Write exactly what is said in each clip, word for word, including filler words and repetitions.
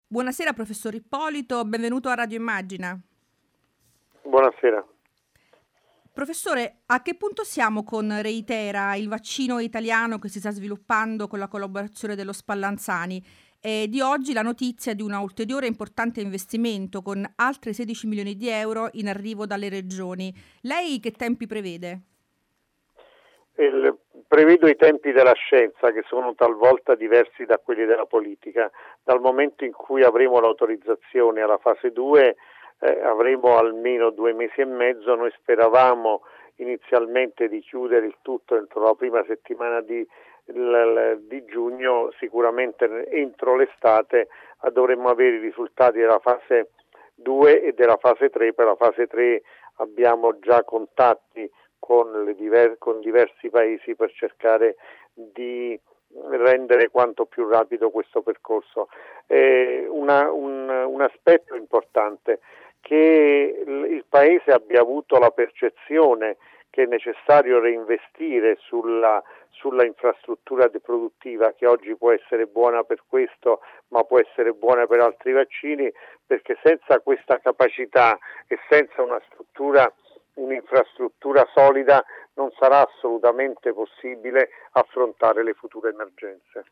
Buonasera professor Ippolito, benvenuto a Radio Immagina. Buonasera. Professore, a che punto siamo con Reitera, il vaccino italiano che si sta sviluppando con la collaborazione dello Spallanzani? E di oggi la notizia di un ulteriore importante investimento con altri sedici milioni di euro in arrivo dalle regioni. Lei che tempi prevede? Il, prevedo i tempi della scienza, che sono talvolta diversi da quelli della politica. Dal momento in cui avremo l'autorizzazione alla fase due eh, avremo almeno due mesi e mezzo. Noi speravamo inizialmente di chiudere il tutto entro la prima settimana di, l, di giugno, sicuramente entro l'estate dovremmo avere i risultati della fase due e della fase tre. Per la fase tre abbiamo già contatti Con, le diver- con diversi paesi per cercare di rendere quanto più rapido questo percorso. Eh, una, un, un aspetto importante che il Paese abbia avuto la percezione che è necessario reinvestire sulla, sulla infrastruttura produttiva, che oggi può essere buona per questo ma può essere buona per altri vaccini, perché senza questa capacità e senza una struttura un'infrastruttura solida non sarà assolutamente possibile affrontare le future emergenze.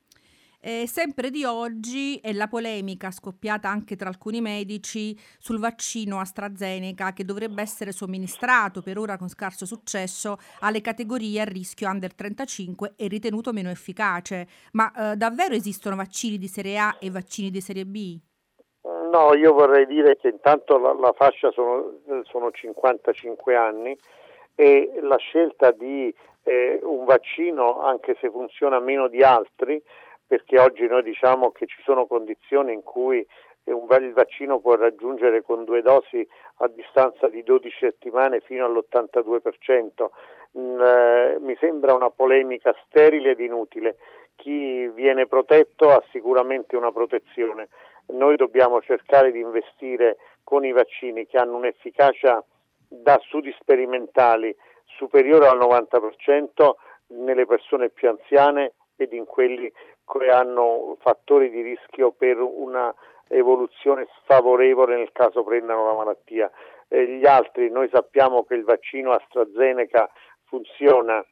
E sempre di oggi è la polemica scoppiata anche tra alcuni medici sul vaccino AstraZeneca che dovrebbe essere somministrato, per ora con scarso successo, alle categorie a rischio under trentacinque e ritenuto meno efficace. Ma eh, davvero esistono vaccini di serie A e vaccini di serie B? No, io vorrei dire che intanto la, la fascia sono, sono cinquantacinque anni e la scelta di eh, un vaccino, anche se funziona meno di altri, perché oggi noi diciamo che ci sono condizioni in cui un, il vaccino può raggiungere con due dosi a distanza di dodici settimane fino all'ottantadue per cento. Mm, eh, mi sembra una polemica sterile ed inutile. Chi viene protetto ha sicuramente una protezione. Noi dobbiamo cercare di investire con i vaccini che hanno un'efficacia da studi sperimentali superiore al novanta per cento nelle persone più anziane ed in quelli che hanno fattori di rischio per una evoluzione sfavorevole nel caso prendano la malattia. Eh, gli altri, noi sappiamo che il vaccino AstraZeneca funziona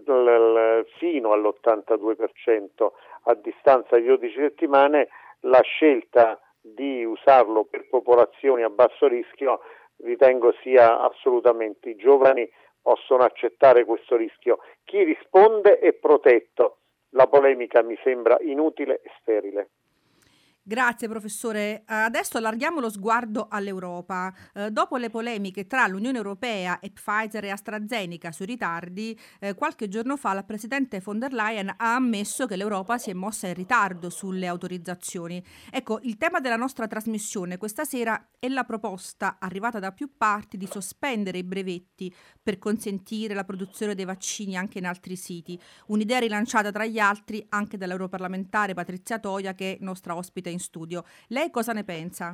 fino all'ottantadue per cento a distanza di dodici settimane. La scelta di usarlo per popolazioni a basso rischio ritengo sia assolutamente, i giovani possono accettare questo rischio. Chi risponde è protetto. La polemica mi sembra inutile e sterile. Grazie professore. Adesso allarghiamo lo sguardo all'Europa. Eh, dopo le polemiche tra l'Unione Europea e Pfizer e AstraZeneca sui ritardi, eh, qualche giorno fa la Presidente von der Leyen ha ammesso che l'Europa si è mossa in ritardo sulle autorizzazioni. Ecco, il tema della nostra trasmissione questa sera è la proposta arrivata da più parti di sospendere i brevetti per consentire la produzione dei vaccini anche in altri siti. Un'idea rilanciata tra gli altri anche dall'europarlamentare Patrizia Toia, che è nostra ospite in studio. Lei cosa ne pensa?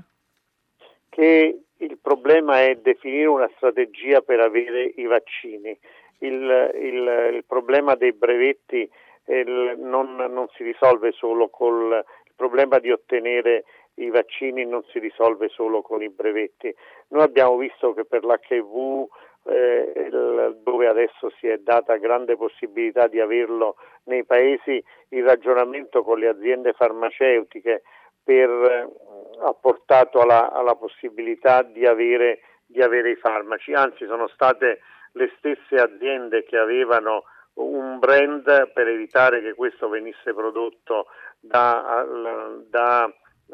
Che il problema è definire una strategia per avere i vaccini. Il, il, il problema dei brevetti il, non, non si risolve solo col il problema di ottenere i vaccini, non si risolve solo con i brevetti. Noi abbiamo visto che per l'H I V eh, il, dove adesso si è data grande possibilità di averlo nei paesi, il ragionamento con le aziende farmaceutiche per, ha portato alla, alla possibilità di avere, di avere i farmaci, anzi sono state le stesse aziende che avevano un brand per evitare che questo venisse prodotto da, da,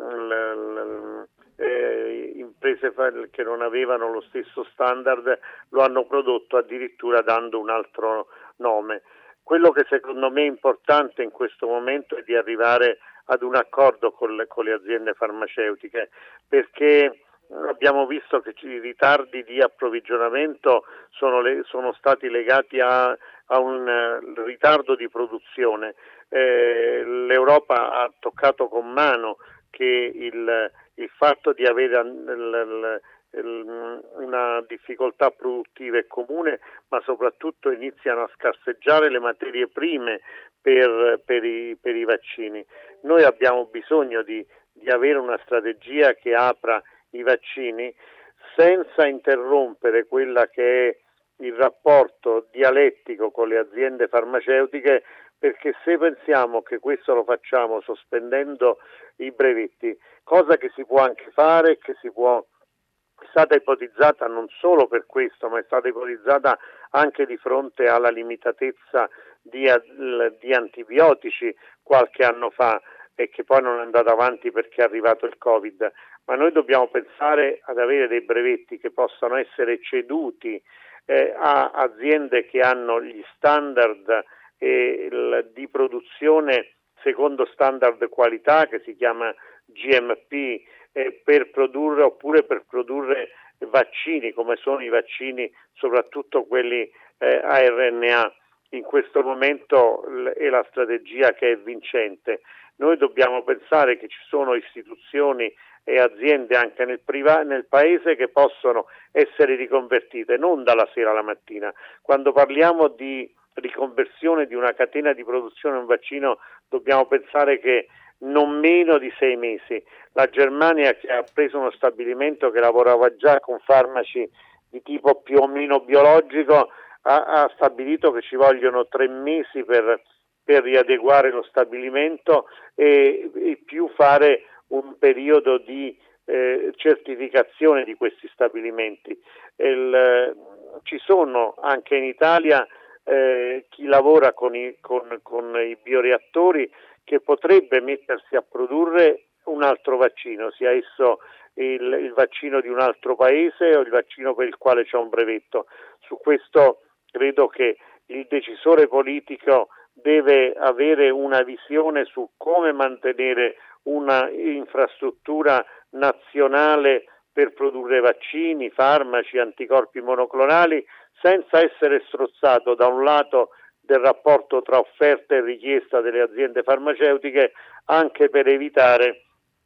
da eh, imprese che non avevano lo stesso standard, lo hanno prodotto addirittura dando un altro nome. Quello che secondo me è importante in questo momento è di arrivare ad un accordo con le, con le aziende farmaceutiche, perché abbiamo visto che i ritardi di approvvigionamento sono, le, sono stati legati a, a un uh, ritardo di produzione. Eh, L'Europa ha toccato con mano che il, il fatto di avere il, il, una difficoltà produttiva è comune, ma soprattutto iniziano a scarseggiare le materie prime per, per, i, per i vaccini. Noi abbiamo bisogno di, di avere una strategia che apra i vaccini senza interrompere quella che è il rapporto dialettico con le aziende farmaceutiche, perché se pensiamo che questo lo facciamo sospendendo i brevetti, cosa che si può anche fare, che si può, è stata ipotizzata non solo per questo, ma è stata ipotizzata anche di fronte alla limitatezza di, di antibiotici qualche anno fa, e che poi non è andata avanti perché è arrivato il Covid, ma noi dobbiamo pensare ad avere dei brevetti che possano essere ceduti eh, a aziende che hanno gli standard eh, il, di produzione secondo standard qualità, che si chiama G M P, eh, per produrre oppure per produrre vaccini, come sono i vaccini, soprattutto quelli eh, a R N A. In questo momento l- è la strategia che è vincente. Noi dobbiamo pensare che ci sono istituzioni e aziende anche nel, priva- nel paese che possono essere riconvertite, non dalla sera alla mattina. Quando parliamo di riconversione di una catena di produzione di un vaccino, dobbiamo pensare che non meno di sei mesi. La Germania, che ha preso uno stabilimento che lavorava già con farmaci di tipo più o meno biologico, ha, ha stabilito che ci vogliono tre mesi per per riadeguare lo stabilimento e, e più fare un periodo di eh, certificazione di questi stabilimenti. Il, ci sono anche in Italia eh, chi lavora con i, con, con i bioreattori che potrebbe mettersi a produrre un altro vaccino, sia esso il, il vaccino di un altro paese o il vaccino per il quale c'è un brevetto. Su questo credo che il decisore politico deve avere una visione su come mantenere una infrastruttura nazionale per produrre vaccini, farmaci, anticorpi monoclonali, senza essere strozzato da un lato del rapporto tra offerta e richiesta delle aziende farmaceutiche, anche per evitare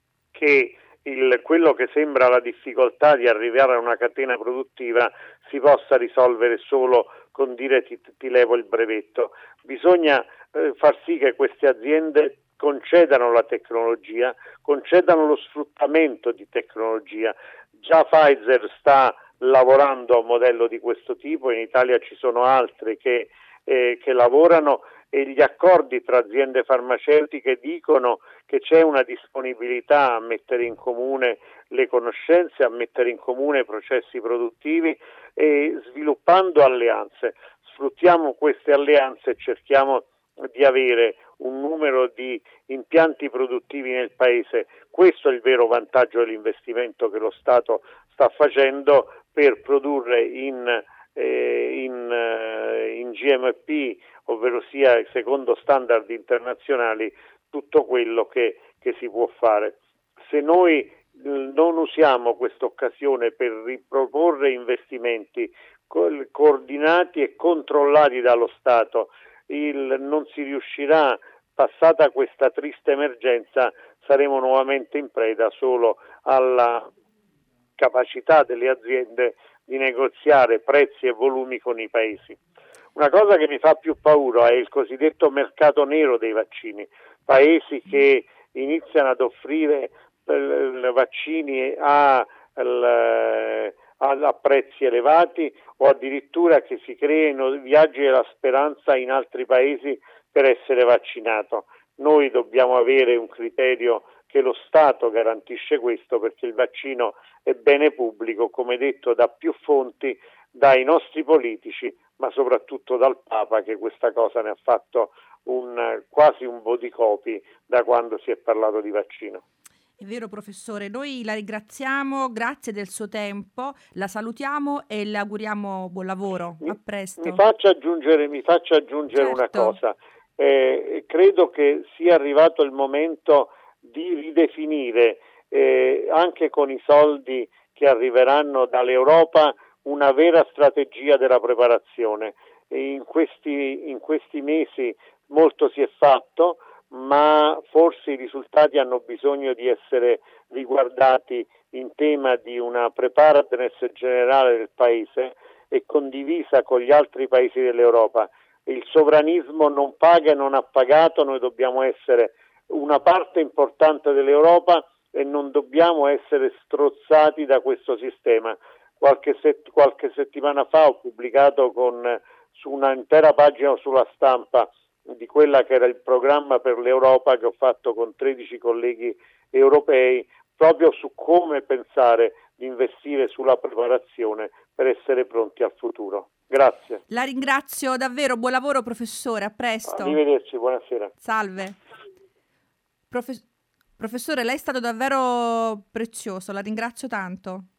che il, quello che sembra la difficoltà di arrivare a una catena produttiva si possa risolvere solo con dire ti, ti levo il brevetto. Bisogna eh, far sì che queste aziende concedano la tecnologia, concedano lo sfruttamento di tecnologia. Già Pfizer sta lavorando a un modello di questo tipo, in Italia ci sono altre che, eh, che lavorano, e gli accordi tra aziende farmaceutiche dicono che c'è una disponibilità a mettere in comune le conoscenze, a mettere in comune i processi produttivi e sviluppando alleanze. Sfruttiamo queste alleanze e cerchiamo di avere un numero di impianti produttivi nel paese. Questo è il vero vantaggio dell'investimento che lo Stato sta facendo per produrre in, eh, in, eh, in G M P, ovvero sia secondo standard internazionali, tutto quello che, che si può fare. Se noi eh, non usiamo questa occasione per riproporre investimenti co- coordinati e controllati dallo Stato, il, non si riuscirà. Passata questa triste emergenza saremo nuovamente in preda solo alla capacità delle aziende di negoziare prezzi e volumi con i paesi. Una cosa che mi fa più paura è il cosiddetto mercato nero dei vaccini, paesi che iniziano ad offrire eh, vaccini a, a, a prezzi elevati, o addirittura che si creino viaggi della speranza in altri paesi per essere vaccinato. Noi dobbiamo avere un criterio che lo Stato garantisce questo, perché il vaccino è bene pubblico, come detto da più fonti, dai nostri politici, ma soprattutto dal Papa, che questa cosa ne ha fatto un, quasi un bodycopy da quando si è parlato di vaccino. È vero professore, noi la ringraziamo, grazie del suo tempo, la salutiamo e le auguriamo buon lavoro, Mi, a presto. Mi faccia aggiungere, mi faccia aggiungere certo. una cosa, eh, credo che sia arrivato il momento di ridefinire eh, anche con i soldi che arriveranno dall'Europa una vera strategia della preparazione. E in questi, in questi mesi molto si è fatto, ma forse i risultati hanno bisogno di essere riguardati in tema di una preparedness generale del Paese e condivisa con gli altri paesi dell'Europa. Il sovranismo non paga e non ha pagato, noi dobbiamo essere una parte importante dell'Europa e non dobbiamo essere strozzati da questo sistema. Qualche, set- qualche settimana fa ho pubblicato con, su una intera pagina sulla Stampa di quella che era il programma per l'Europa che ho fatto con tredici colleghi europei, proprio su come pensare di investire sulla preparazione per essere pronti al futuro. Grazie. La ringrazio davvero, buon lavoro professore, a presto. Arrivederci, buonasera. Salve. Profe- professore, lei è stato davvero prezioso, la ringrazio tanto.